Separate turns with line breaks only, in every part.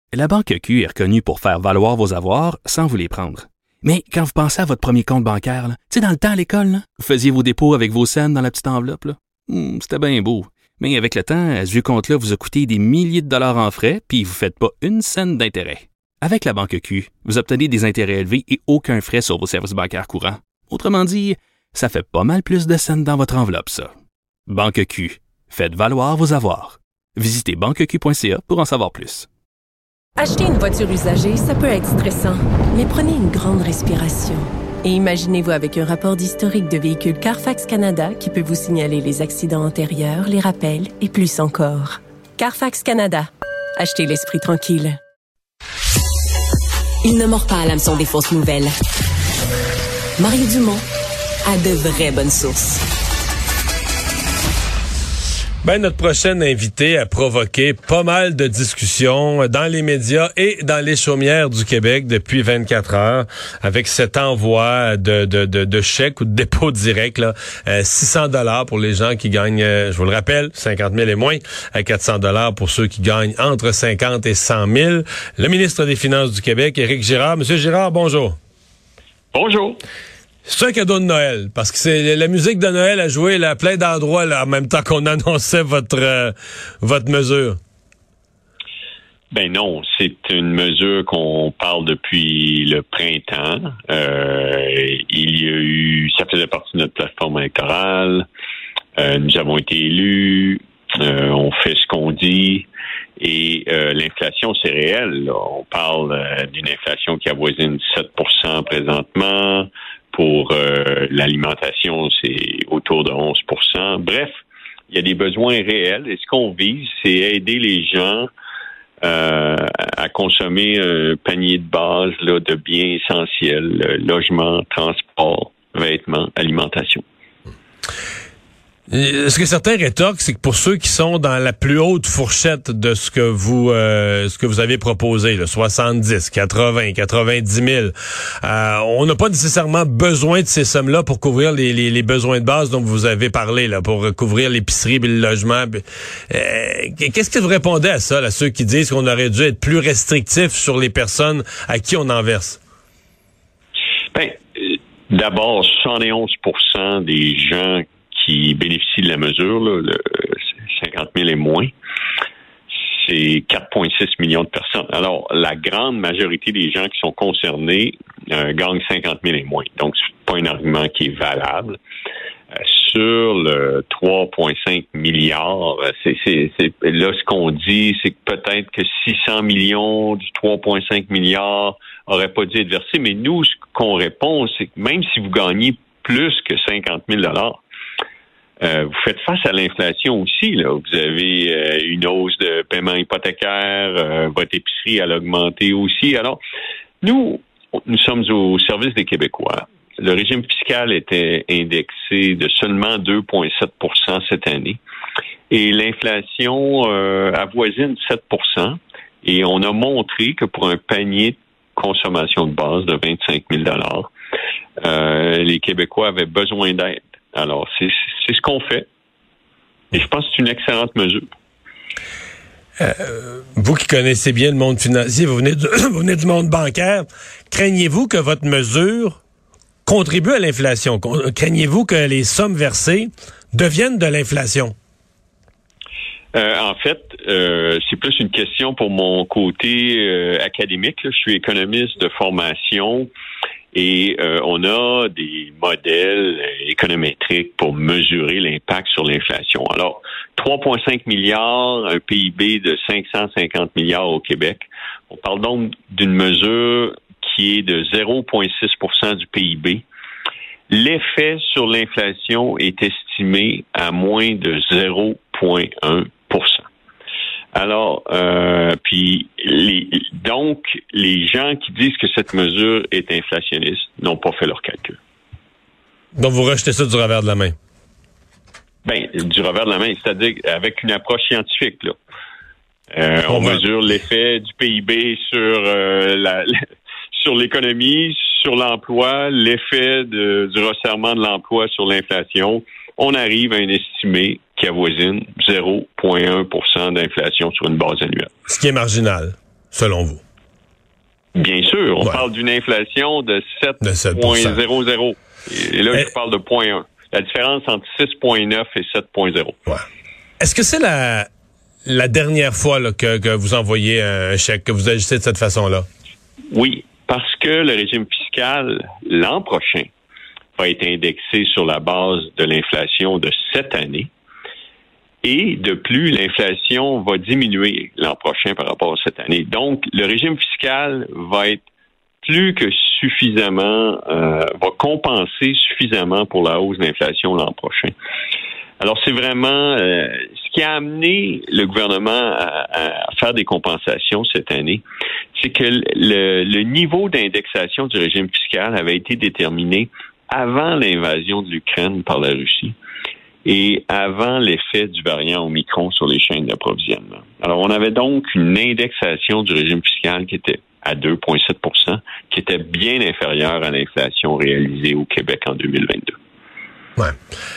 La Banque Q est reconnue pour faire valoir vos avoirs sans vous les prendre. Mais quand vous pensez à votre premier compte bancaire, tu sais, dans le temps à l'école, là, vous faisiez vos dépôts avec vos scènes dans la petite enveloppe. Là. C'était bien beau. Mais avec le temps, ce vieux compte-là vous a coûté des milliers de dollars en frais, puis vous ne faites pas une scène d'intérêt. Avec la Banque Q, vous obtenez des intérêts élevés et aucun frais sur vos services bancaires courants. Autrement dit, ça fait pas mal plus de scènes dans votre enveloppe, ça. Banque Q. Faites valoir vos avoirs. Visitez banqueq.ca pour en savoir plus.
Acheter une voiture usagée, ça peut être stressant, mais prenez une grande respiration. Et imaginez-vous avec un rapport d'historique de véhicule Carfax Canada qui peut vous signaler les accidents antérieurs, les rappels et plus encore. Carfax Canada. Achetez l'esprit tranquille.
Il ne mord pas à l'hameçon des fausses nouvelles. Mario Dumont a de vraies bonnes sources.
Notre prochaine invité a provoqué pas mal de discussions dans les médias et dans les chaumières du Québec depuis 24 heures avec cet envoi de chèques ou de dépôt direct, là, $600 pour les gens qui gagnent, je vous le rappelle, 50 000 et moins, à $400 pour ceux qui gagnent entre 50 et 100 000. Le ministre des Finances du Québec, Éric Girard. Monsieur Girard, bonjour.
Bonjour.
C'est un cadeau de Noël, parce que c'est la musique de Noël à jouer à plein d'endroits là, en même temps qu'on annonçait votre mesure.
Ben non, c'est une mesure qu'on parle depuis le printemps. Il y a eu, ça faisait partie de notre plateforme électorale. Nous avons été élus. On fait ce qu'on dit. Et l'inflation, c'est réel. Là. On parle d'une inflation qui avoisine 7% présentement. Pour l'alimentation, c'est autour de 11%. Bref, il y a des besoins réels. Et ce qu'on vise, c'est aider les gens à consommer un panier de base là, de biens essentiels, logement, transport, vêtements, alimentation.
Ce que certains rétorquent, c'est que pour ceux qui sont dans la plus haute fourchette de ce que vous avez proposé, là, 70, 80, 90 000, on n'a pas nécessairement besoin de ces sommes-là pour couvrir les besoins de base dont vous avez parlé, là, pour couvrir l'épicerie et le logement. Qu'est-ce que vous répondez à ça, là, ceux qui disent qu'on aurait dû être plus restrictif sur les personnes à qui on en verse?
D'abord, 71% des gens qui bénéficient de la mesure, là, le 50 000 et moins, c'est 4,6 millions de personnes. Alors, la grande majorité des gens qui sont concernés gagnent 50 000 et moins. Donc, c'est pas un argument qui est valable. Sur le 3,5 milliards, là, ce qu'on dit, c'est que peut-être que 600 millions du 3,5 milliards auraient pas dû être versés. Mais nous, ce qu'on répond, c'est que même si vous gagnez plus que 50 000 vous faites face à l'inflation aussi. Là. Vous avez une hausse de paiement hypothécaire, votre épicerie elle a augmenté aussi. Alors, nous sommes au service des Québécois. Le régime fiscal était indexé de seulement 2,7% cette année. Et l'inflation avoisine 7%. Et on a montré que pour un panier de consommation de base de 25 000 les Québécois avaient besoin d'aide. Alors, c'est ce qu'on fait. Et je pense que c'est une excellente mesure.
Vous qui connaissez bien le monde financier, vous venez du monde bancaire, craignez-vous que votre mesure contribue à l'inflation? Craignez-vous que les sommes versées deviennent de l'inflation?
En fait, c'est plus une question pour mon côté académique. Là. Je suis économiste de formation. Et on a des modèles économétriques pour mesurer l'impact sur l'inflation. Alors, 3,5 milliards, un PIB de 550 milliards au Québec. On parle donc d'une mesure qui est de 0,6% du PIB. L'effet sur l'inflation est estimé à moins de 0,1%. Alors, donc, les gens qui disent que cette mesure est inflationniste n'ont pas fait leur calcul.
Donc, vous rejetez ça du revers de la main?
Du revers de la main, c'est-à-dire avec une approche scientifique, là. On mesure l'effet du PIB sur l'économie, sur l'emploi, l'effet du resserrement de l'emploi sur l'inflation. On arrive à un estimé qui avoisine 0,1% d'inflation sur une base annuelle.
Ce qui est marginal. selon vous?
Bien sûr, on parle d'une inflation de 7,00. Et là, je parle de 0,1. La différence entre 6,9 et 7,0.
Ouais. Est-ce que c'est la dernière fois là, que vous envoyez un chèque, que vous agissez de cette façon-là?
Oui, parce que le régime fiscal, l'an prochain, va être indexé sur la base de l'inflation de cette année. Et de plus, l'inflation va diminuer l'an prochain par rapport à cette année. Donc, le régime fiscal va être plus que suffisamment, va compenser suffisamment pour la hausse de l'inflation l'an prochain. Alors, c'est vraiment ce qui a amené le gouvernement à faire des compensations cette année, c'est que le niveau d'indexation du régime fiscal avait été déterminé avant l'invasion de l'Ukraine par la Russie et avant l'effet du variant Omicron sur les chaînes d'approvisionnement. Alors, on avait donc une indexation du régime fiscal qui était à 2,7 %, qui était bien inférieure à l'inflation réalisée au Québec en 2022.
Ouais.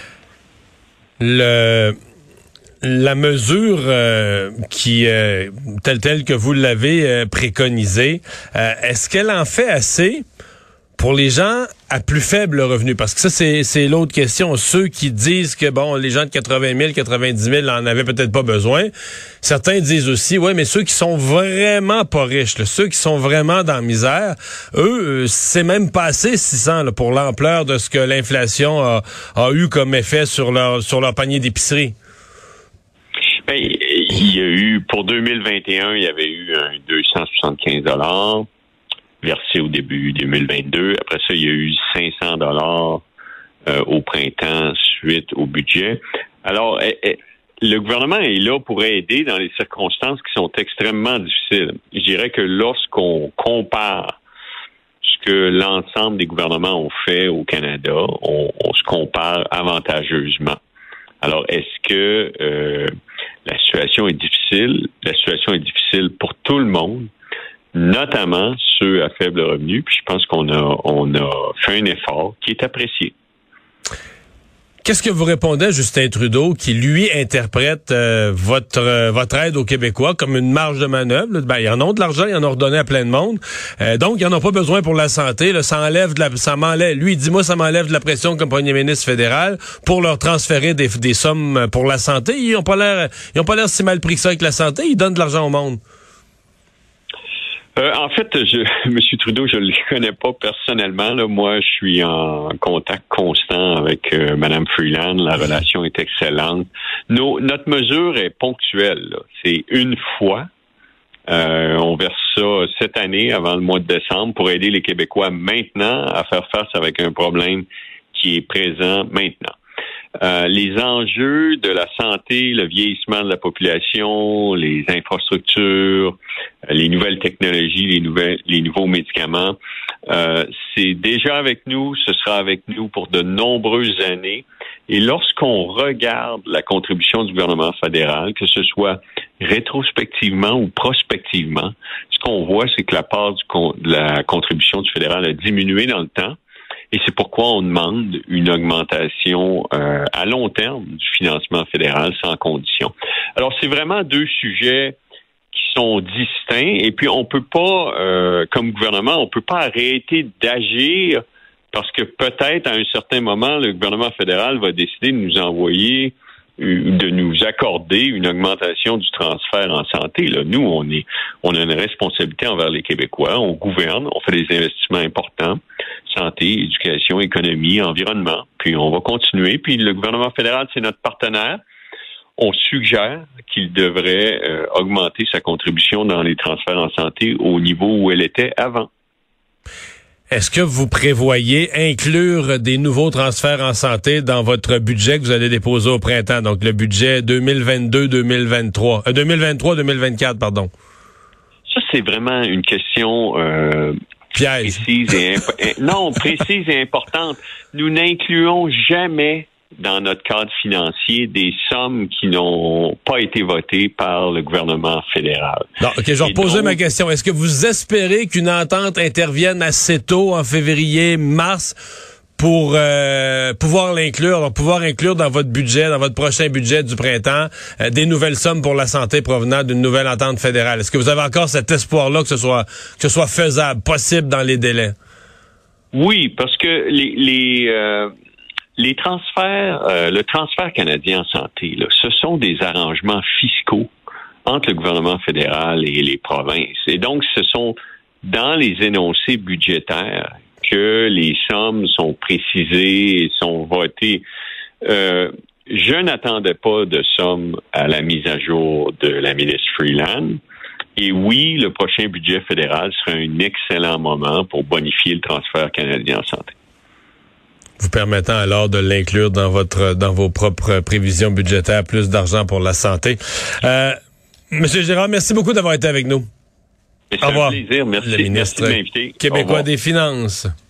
La mesure qui telle que vous l'avez préconisée, est-ce qu'elle en fait assez pour les gens à plus faible revenu? Parce que ça, c'est l'autre question. Ceux qui disent que, bon, les gens de 80 000, 90 000 en avaient peut-être pas besoin. Certains disent aussi, ouais, mais ceux qui sont vraiment pas riches, là, ceux qui sont vraiment dans la misère, eux, c'est même pas assez 600 là, pour l'ampleur de ce que l'inflation a eu comme effet sur leur panier d'épicerie.
Ben, il y a eu, pour 2021, il y avait eu un 275 $ versé au début 2022. Après ça, il y a eu 500 $ au printemps suite au budget. Alors, le gouvernement est là pour aider dans les circonstances qui sont extrêmement difficiles. Je dirais que lorsqu'on compare ce que l'ensemble des gouvernements ont fait au Canada, on se compare avantageusement. Alors, est-ce que la situation est difficile? La situation est difficile pour tout le monde, notamment ceux à faible revenu. Puis je pense qu'on a fait un effort qui est apprécié.
Qu'est-ce que vous répondez à Justin Trudeau qui, lui, interprète votre aide aux Québécois comme une marge de manœuvre? Ben, ils en ont de l'argent, ils en ont redonné à plein de monde. Donc, ils n'en ont pas besoin pour la santé. Là, ça m'enlève. Lui, il dit, moi, ça m'enlève de la pression comme premier ministre fédéral pour leur transférer des sommes pour la santé. Ils ont pas l'air si mal pris que ça avec la santé. Ils donnent de l'argent au monde.
En fait, M. Trudeau, je ne le connais pas personnellement. Là. Moi, je suis en contact constant avec Mme Freeland. La relation est excellente. Notre mesure est ponctuelle. Là. C'est une fois. On verse ça cette année, avant le mois de décembre, pour aider les Québécois maintenant à faire face avec un problème qui est présent maintenant. Les enjeux de la santé, le vieillissement de la population, les infrastructures, les nouvelles technologies, les nouveaux médicaments, c'est déjà avec nous, ce sera avec nous pour de nombreuses années. Et lorsqu'on regarde la contribution du gouvernement fédéral, que ce soit rétrospectivement ou prospectivement, ce qu'on voit, c'est que la part de la contribution du fédéral a diminué dans le temps. Et c'est pourquoi on demande une augmentation à long terme du financement fédéral sans condition. Alors, c'est vraiment deux sujets qui sont distincts. Et puis, on peut pas, comme gouvernement, on peut pas arrêter d'agir parce que peut-être à un certain moment, le gouvernement fédéral va décider de nous envoyer, de nous accorder une augmentation du transfert en santé. Là, nous, on a une responsabilité envers les Québécois. On gouverne, on fait des investissements importants. Santé, éducation, économie, environnement. Puis on va continuer. Puis le gouvernement fédéral, c'est notre partenaire. On suggère qu'il devrait augmenter sa contribution dans les transferts en santé au niveau où elle était avant.
Est-ce que vous prévoyez inclure des nouveaux transferts en santé dans votre budget que vous allez déposer au printemps? Donc le budget 2023-2024, pardon.
Ça, c'est vraiment une question précise et importante. Nous n'incluons jamais dans notre cadre financier des sommes qui n'ont pas été votées par le gouvernement fédéral.
Non, OK, je vais reposer ma question. Est-ce que vous espérez qu'une entente intervienne assez tôt, en février, mars, pour pouvoir inclure dans votre budget, dans votre prochain budget du printemps, des nouvelles sommes pour la santé provenant d'une nouvelle entente fédérale. Est-ce que vous avez encore cet espoir-là que ce soit faisable, possible dans les délais?
Oui, parce que les transferts, le transfert canadien en santé, là, ce sont des arrangements fiscaux entre le gouvernement fédéral et les provinces. Et donc, ce sont dans les énoncés budgétaires que les sommes sont précisées et sont votées. Je n'attendais pas de sommes à la mise à jour de la ministre Freeland. Et oui, le prochain budget fédéral sera un excellent moment pour bonifier le transfert canadien en santé.
Vous permettant alors de l'inclure dans vos propres prévisions budgétaires, plus d'argent pour la santé. Monsieur Girard, merci beaucoup d'avoir été avec nous.
C'est un plaisir. Merci.
Le ministre
Merci de m'inviter.
québécois des Finances.